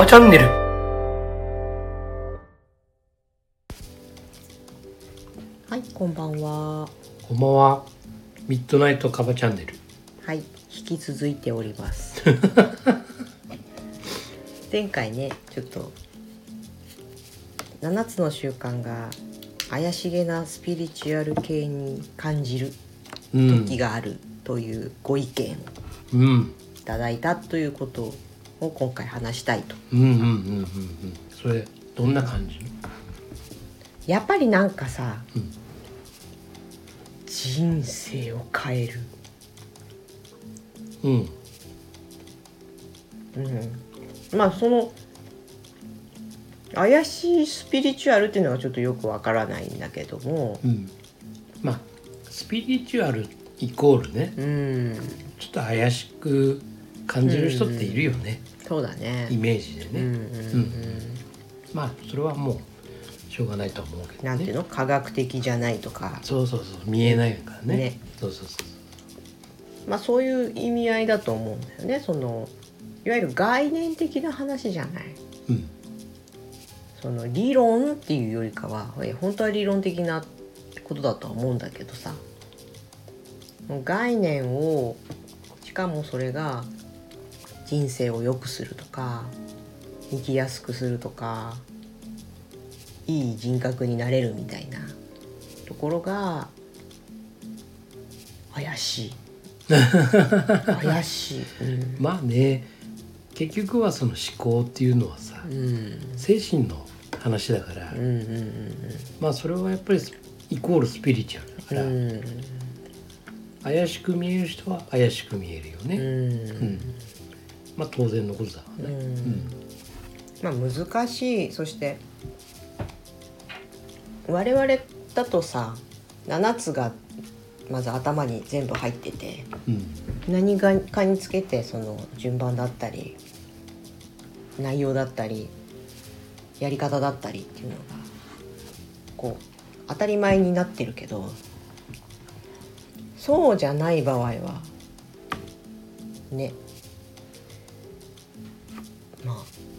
チャンネル。 はい、こんばんは。 こんばんは。ミッドナイトカバチャンネル。 はい、引き続いております前回ね、ちょっと7つの習慣が怪しげなスピリチュアル系に感じる時があるというご意見をいただいたということを今回話したいと。 それどんな感じ？ やっぱりなんかさ、人生を変える。まあその怪しいスピリチュアルっていうのがちょっとよくわからないんだけども、 まあスピリチュアルイコールね、ちょっと怪しく感じる人っているよね。 そうだね。 イメージでね。まあそれはもうしょうがないと思うけどね。 なんていうの、科学的じゃないとか。 そう見えないからね。そう。 まあそういう意味合いだと思うんだよね。そのいわゆる概念的な話じゃない。その理論っていうよりかは本当は理論的なことだとは思うんだけどさ、概念を、しかもそれが人生を良くするとか生きやすくするとかいい人格になれるみたいなところが怪しい怪しい、 まあね、結局はその思考っていうのはさ、精神の話だから、まあそれはやっぱりイコールスピリチュアルだから、怪しく見える人は怪しく見えるよね。まあ当然のことだわね。 まあ難しい。そして我々だとさ、7つがまず頭に全部入ってて、何かにつけてその順番だったり内容だったりやり方だったりっていうのがこう当たり前になってるけど、そうじゃない場合はね、まあ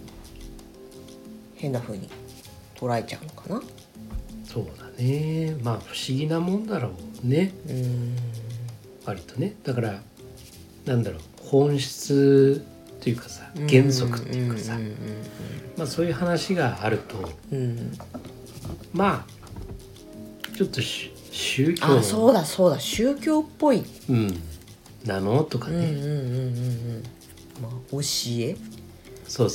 変な風に捉えちゃうのかな。 そうだね。まあ不思議なもんだろうね。割とね。だからなんだろう、本質というかさ、原則っていうかさ、まあそういう話があると、まあちょっと宗教、 そうだ宗教っぽい、 なのとかね、 まあ教え、 そう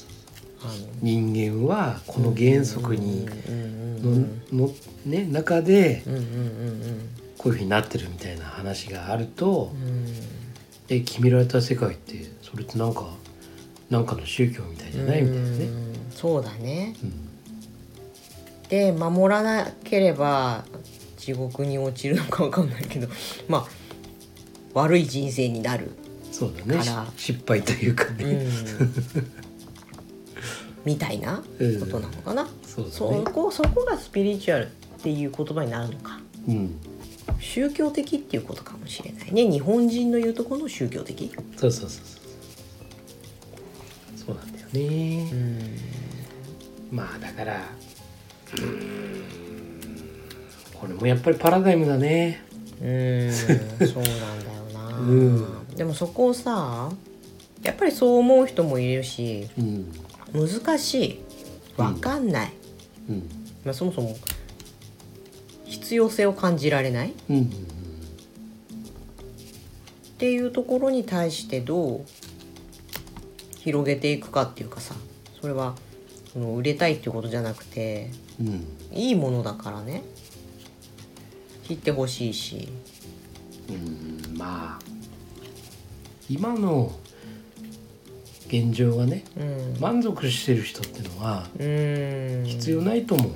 人間はこの原則にのね中でこういうふうになってるみたいな話があると、決められた世界ってそれってなんかの宗教みたいじゃないみたいなね。 そうだね。で守らなければ地獄に落ちるのか分かんないけど、まあ悪い人生になる。 そうだね。失敗というかね。 みたいなことなのかな。 そこがスピリチュアルっていう言葉になるのか。宗教的っていうことかもしれないね。日本人の言うとこの宗教的。 そうなんだよね。まあだからこれもやっぱりパラダイムだね。 そうなんだよな。でもそこをさ、やっぱりそう思う人もいるし、難しい、分かんない、まあ、そもそも必要性を感じられない、っていうところに対してどう広げていくかっていうかさ、それはその売れたいっていうことじゃなくて、いいものだからね、知ってほしいし、 まあ今の現状がね、満足してる人っていうのは必要ないと思う。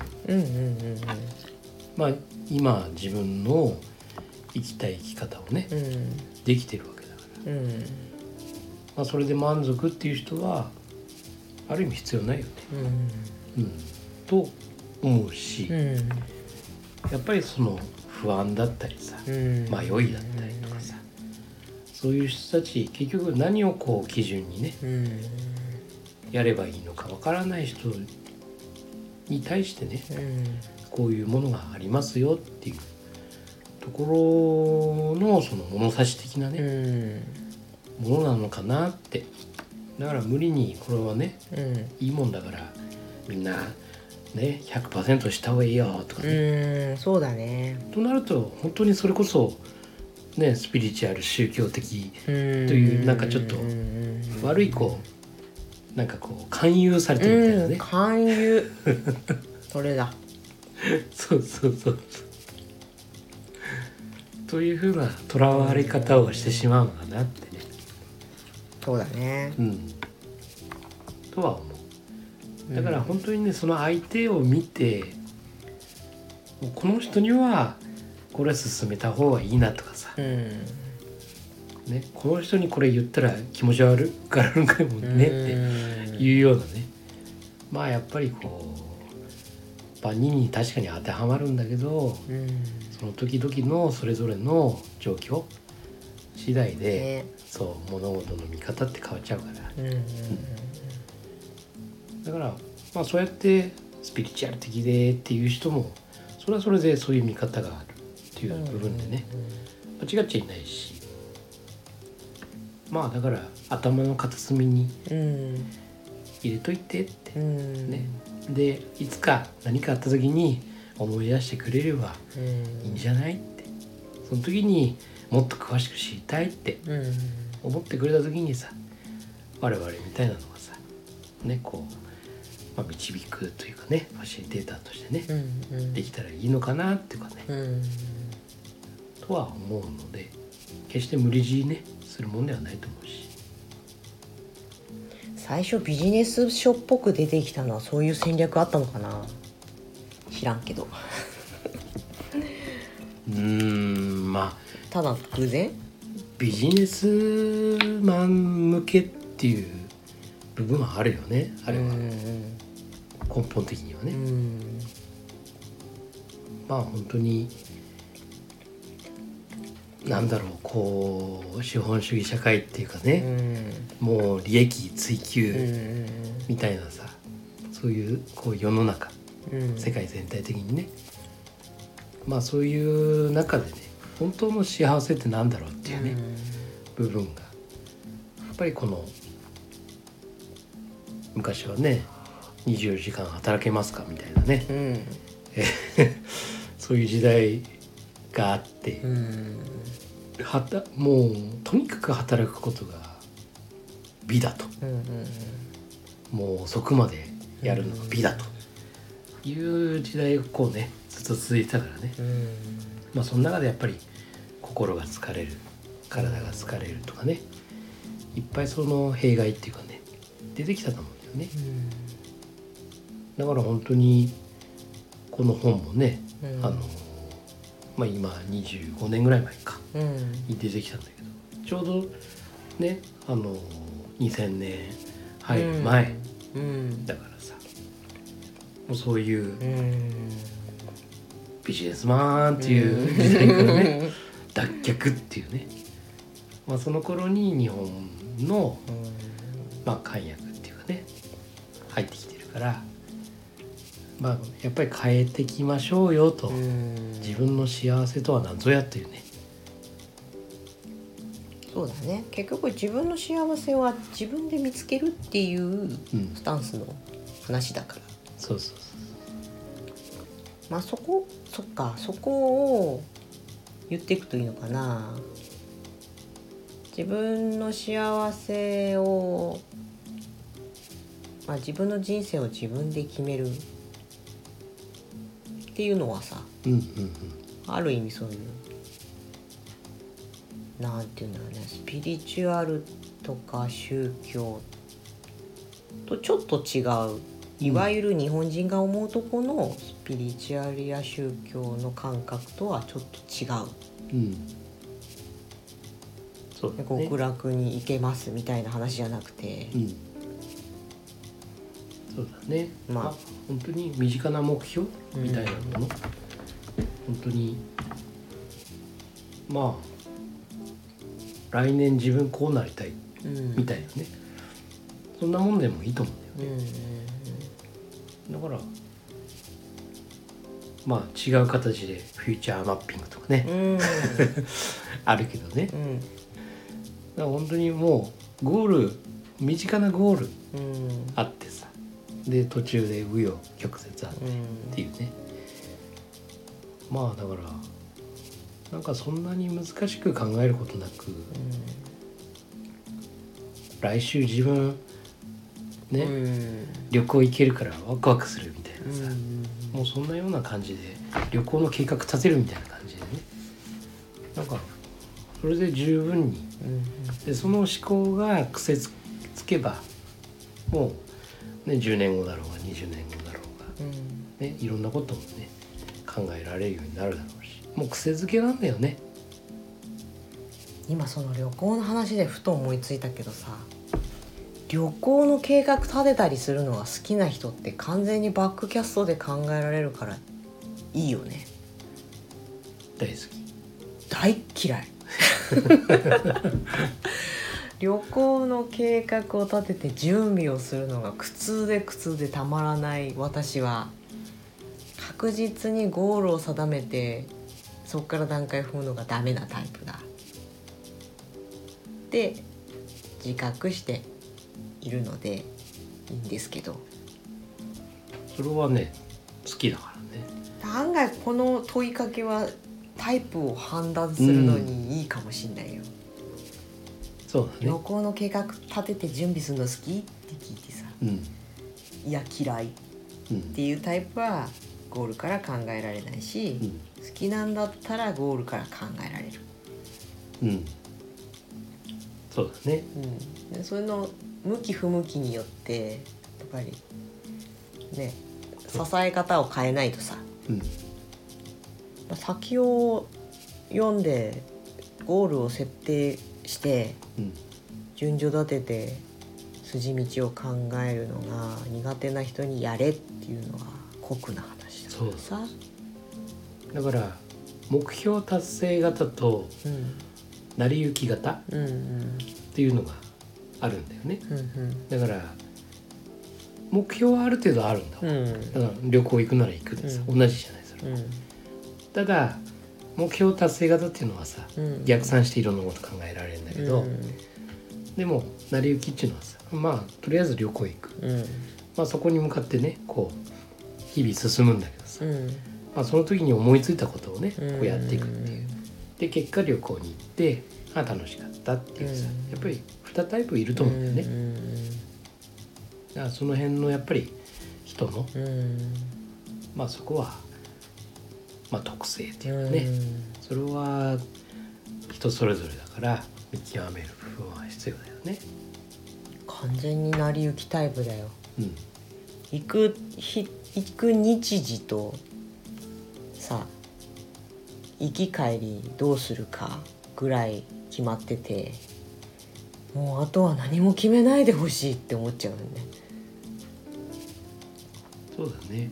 まあ今自分の生きたい生き方をね、できてるわけだから、まあそれで満足っていう人はある意味必要ないよね、と思うし、やっぱりその不安だったりさ、迷いだったりとかさ、そういう人たち結局何をこう基準にね、 やればいいのかわからない人に対してね、こういうものがありますよっていうところのその物差し的なね、ものなのかなって。だから無理にこれはね、いいもんだからみんなね 100% した方がいいよとかね、 そうだね。 となると本当にそれこそねスピリチュアル宗教的というなんかちょっと悪いこうなんかこう勧誘されてるみたいなね、 勧誘それだそうというふうなとらわれ方をしてしまうのかなってね。 そうだね。 とは思う。だから本当にねその相手を見て、この人にはこれ進めた方がいいなとかさ、ね、この人にこれ言ったら気持ち悪がられるかもねっていうようなね、まあやっぱりこう万人に確かに当てはまるんだけど、その時々のそれぞれの状況次第で、そう物事の見方って変わっちゃうから、だからまあそうやってスピリチュアル的でっていう人もそれはそれでそういう見方があるっていう部分でね、間違っちゃいないし、まあだから頭の片隅に入れといてって、ね、でいつか何かあった時に思い出してくれればいいんじゃないって、その時にもっと詳しく知りたいって思ってくれた時にさ、我々みたいなのがさねこう、導くというかねファシリテーターとしてね、できたらいいのかなっていうかね、とは思うので、決して無理強いねするもんではないと思うし。 最初ビジネス書っぽく出てきたのはそういう戦略あったのかな、知らんけどまあただ偶然ビジネスマン向けっていう部分はあるよね、あれは根本的にはね。まあ本当になんだろう、こう資本主義社会っていうかね、もう利益追求みたいなさ、そういうこう世の中、世界全体的にね、まあそういう中でね本当の幸せってなんだろうっていうね、部分がやっぱりこの昔はね24時間働けますかみたいなね、そういう時代があって、もうとにかく働くことが美だと、もう遅くまでやるのが美だという時代がこうねずっと続いてたからね、まあその中でやっぱり心が疲れる、体が疲れるとかね、いっぱいその弊害っていうかね出てきたと思うんだよね。だから本当にこの本もね、今25年ぐらい前かに出てきたんだけど、ちょうどね2000年入る前、だからさ、もうそういうビジネスマンっていう時代からね脱却っていうね、その頃に日本の漢訳っていうかね入ってきてるから、やっぱり変えてきましょうよと、自分の幸せとは何ぞやっていうね。 そうだね、結局自分の幸せは自分で見つけるっていうスタンスの話だから、 そうそこを言っていくといいのかな。自分の幸せを、自分の人生を自分で決めるっていうのはさ、ある意味そういうなんていうんだろうね、スピリチュアルとか宗教とちょっと違う、いわゆる日本人が思うとこのスピリチュアルや宗教の感覚とはちょっと違う、 そうだね、 極楽に行けますみたいな話じゃなくて、 そうだね、本当に身近な目標みたいなもの、本当に来年自分こうなりたいみたいなね、 そんなもんでもいいと思うんだよね、だからまあ違う形でフューチャーマッピングとかね、あるけどね、だから本当にもうゴール、身近なゴールあってさ、で途中で紆余曲折あってっていうね、まあだからなんかそんなに難しく考えることなく、来週自分ね、旅行行けるからワクワクするみたいなさ、もうそんなような感じで旅行の計画立てるみたいな感じでね、なんかそれで十分に、でその思考が癖つけばもう、ね、10年後だろうが20年後だろうが、ね、いろんなこともね考えられるようになるだろうし、もう癖づけなんだよね。 今その旅行の話でふと思いついたけどさ、旅行の計画立てたりするのが好きな人って完全にバックキャストで考えられるからいいよね。 大好き。 大嫌い旅行の計画を立てて準備をするのが苦痛でたまらない私は、確実にゴールを定めてそこから段階踏むのがダメなタイプだって自覚しているのでいいんですけど、 それはね好きだからね。 案外この問いかけはタイプを判断するのにいいかもしれないよ、 そうだね。 旅行の計画立てて準備するの好きって聞いてさ、いや嫌いっていうタイプはゴールから考えられないし、好きなんだったらゴールから考えられる。 そうだね。 でそれの向き不向きによってやっぱりね支え方を変えないとさ、先を読んでゴールを設定して、順序立てて筋道を考えるのが苦手な人にやれっていうのは酷な話だからさ。 だから目標達成型と成り行き型っていうのがあるんだよね、だから目標はある程度あるんだわ、だから旅行行くなら行くでさ、同じじゃないそれ、ただ目標達成型っていうのはさ、逆算していろんなこと考えられるんだけど、でも成り行きっていうのはさ、まあとりあえず旅行行く、まあそこに向かってねこう日々進むんだけどさ、まあ、その時に思いついたことをねこうやっていくっていう、で結果旅行に行って楽しかったっていうさ、やっぱり2タイプいると思うんだよね、だからその辺のやっぱり人の、まあそこはまあ特性っていうかね、それは人それぞれだから見極める部分は必要だよね。 完全に成り行きタイプだよ、行く日時とさ行き帰りどうするかぐらい決まってて、もうあとは何も決めないでほしいって思っちゃうんね。 そうだね。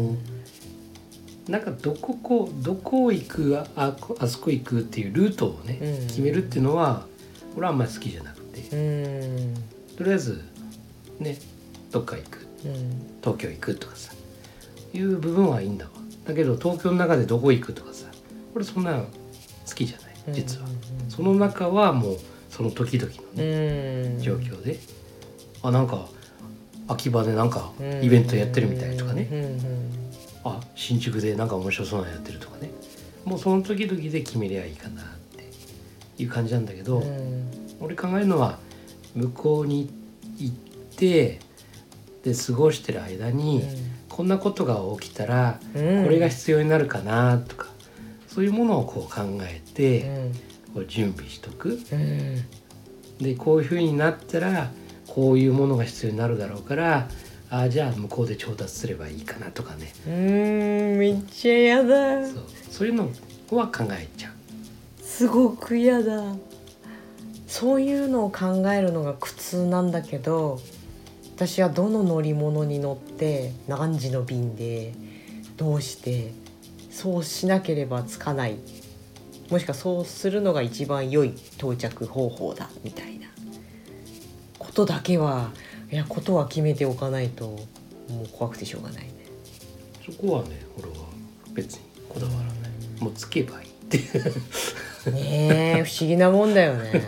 なんかどこ行くあそこ行くっていうルートをね、決めるっていうのは俺はあんまり好きじゃなくて、とりあえずねどっか行く、東京行くとかさいう部分はいいんだわ。だけど東京の中でどこ行くとかさ、俺そんな好きじゃない実は、その中はもうその時々のね、状況でなんか秋葉でなんかイベントやってるみたいとかね、新宿でなんか面白そうなのやってるとかね、もうその時々で決めりゃいいかなっていう感じなんだけど、俺考えるのは向こうに行ってで過ごしてる間に、こんなことが起きたらこれが必要になるかなとか、そういうものをこう考えて、こう準備しとく、でこういう風になったらこういうものが必要になるだろうから、じゃあ向こうで調達すればいいかなとかね。 めっちゃ嫌だ。 そういうのは考えちゃう。 すごく嫌だ。そういうのを考えるのが苦痛なんだけど、私はどの乗り物に乗って何時の便でどうしてそうしなければ着かない、もしくはそうするのが一番良い到着方法だみたいなことだけはいや、ことは決めておかないともう怖くてしょうがないね。 そこはね俺は別にこだわらない、もうつけばいいってねえ、不思議なもんだよね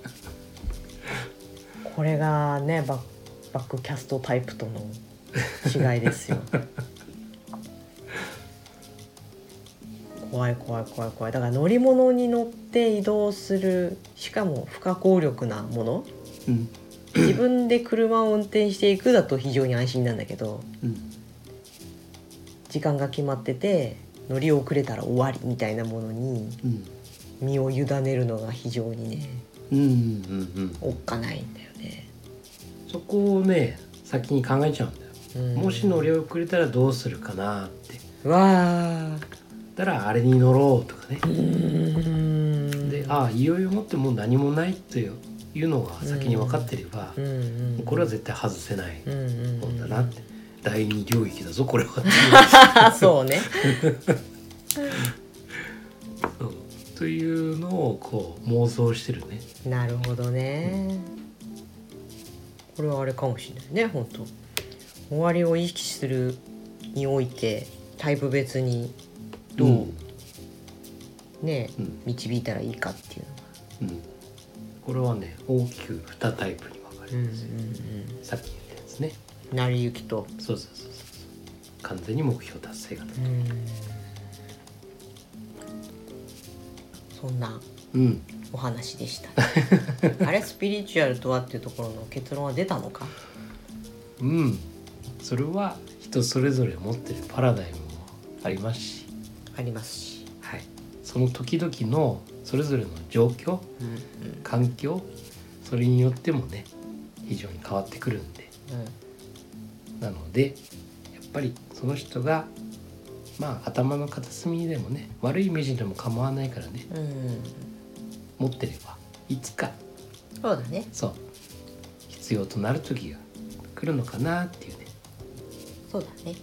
これがねバックキャストタイプとの違いですよ怖い。だから乗り物に乗って移動する、しかも不可抗力なもの、自分で車を運転していくだと非常に安心なんだけど、時間が決まってて乗り遅れたら終わりみたいなものに身を委ねるのが非常にね、おっかないんだよね。 そこをね先に考えちゃうんだよ、もし乗り遅れたらどうするかなって。だからあれに乗ろうとかね。で、いよいよもってもう何もないというのが先に分かってれば、これは絶対外せないもんだなって、第二領域だぞこれはそうねというのをこう妄想してるね。 なるほどね、これはあれかもしれないね。本当終わりを意識するにおいてタイプ別にどう、導いたらいいかっていうのが、 これはね大きく2タイプに分かれるんですよ、さっき言ったやつね、 成り行きと、 そう完全に目標達成型と、 そんなお話でした、あれスピリチュアルとはっていうところの結論は出たのか。 それは人それぞれ持ってるパラダイムもありますし、はい、その時々のそれぞれの状況、環境、それによってもね非常に変わってくるんで、なのでやっぱりその人が頭の片隅でもね悪いイメージでも構わないからね、持ってればいつかそうだね、 必要となる時が来るのかなっていうね。 そうだね、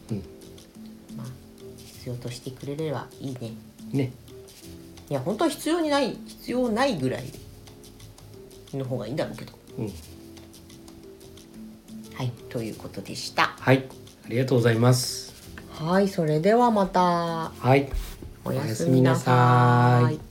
必要としてくれればいいね。 いや本当は必要ないぐらいの方がいいんだろうけど、はい、ということでした。 はい、ありがとうございます。 はい、それではまた。 はい、 おやすみなさい。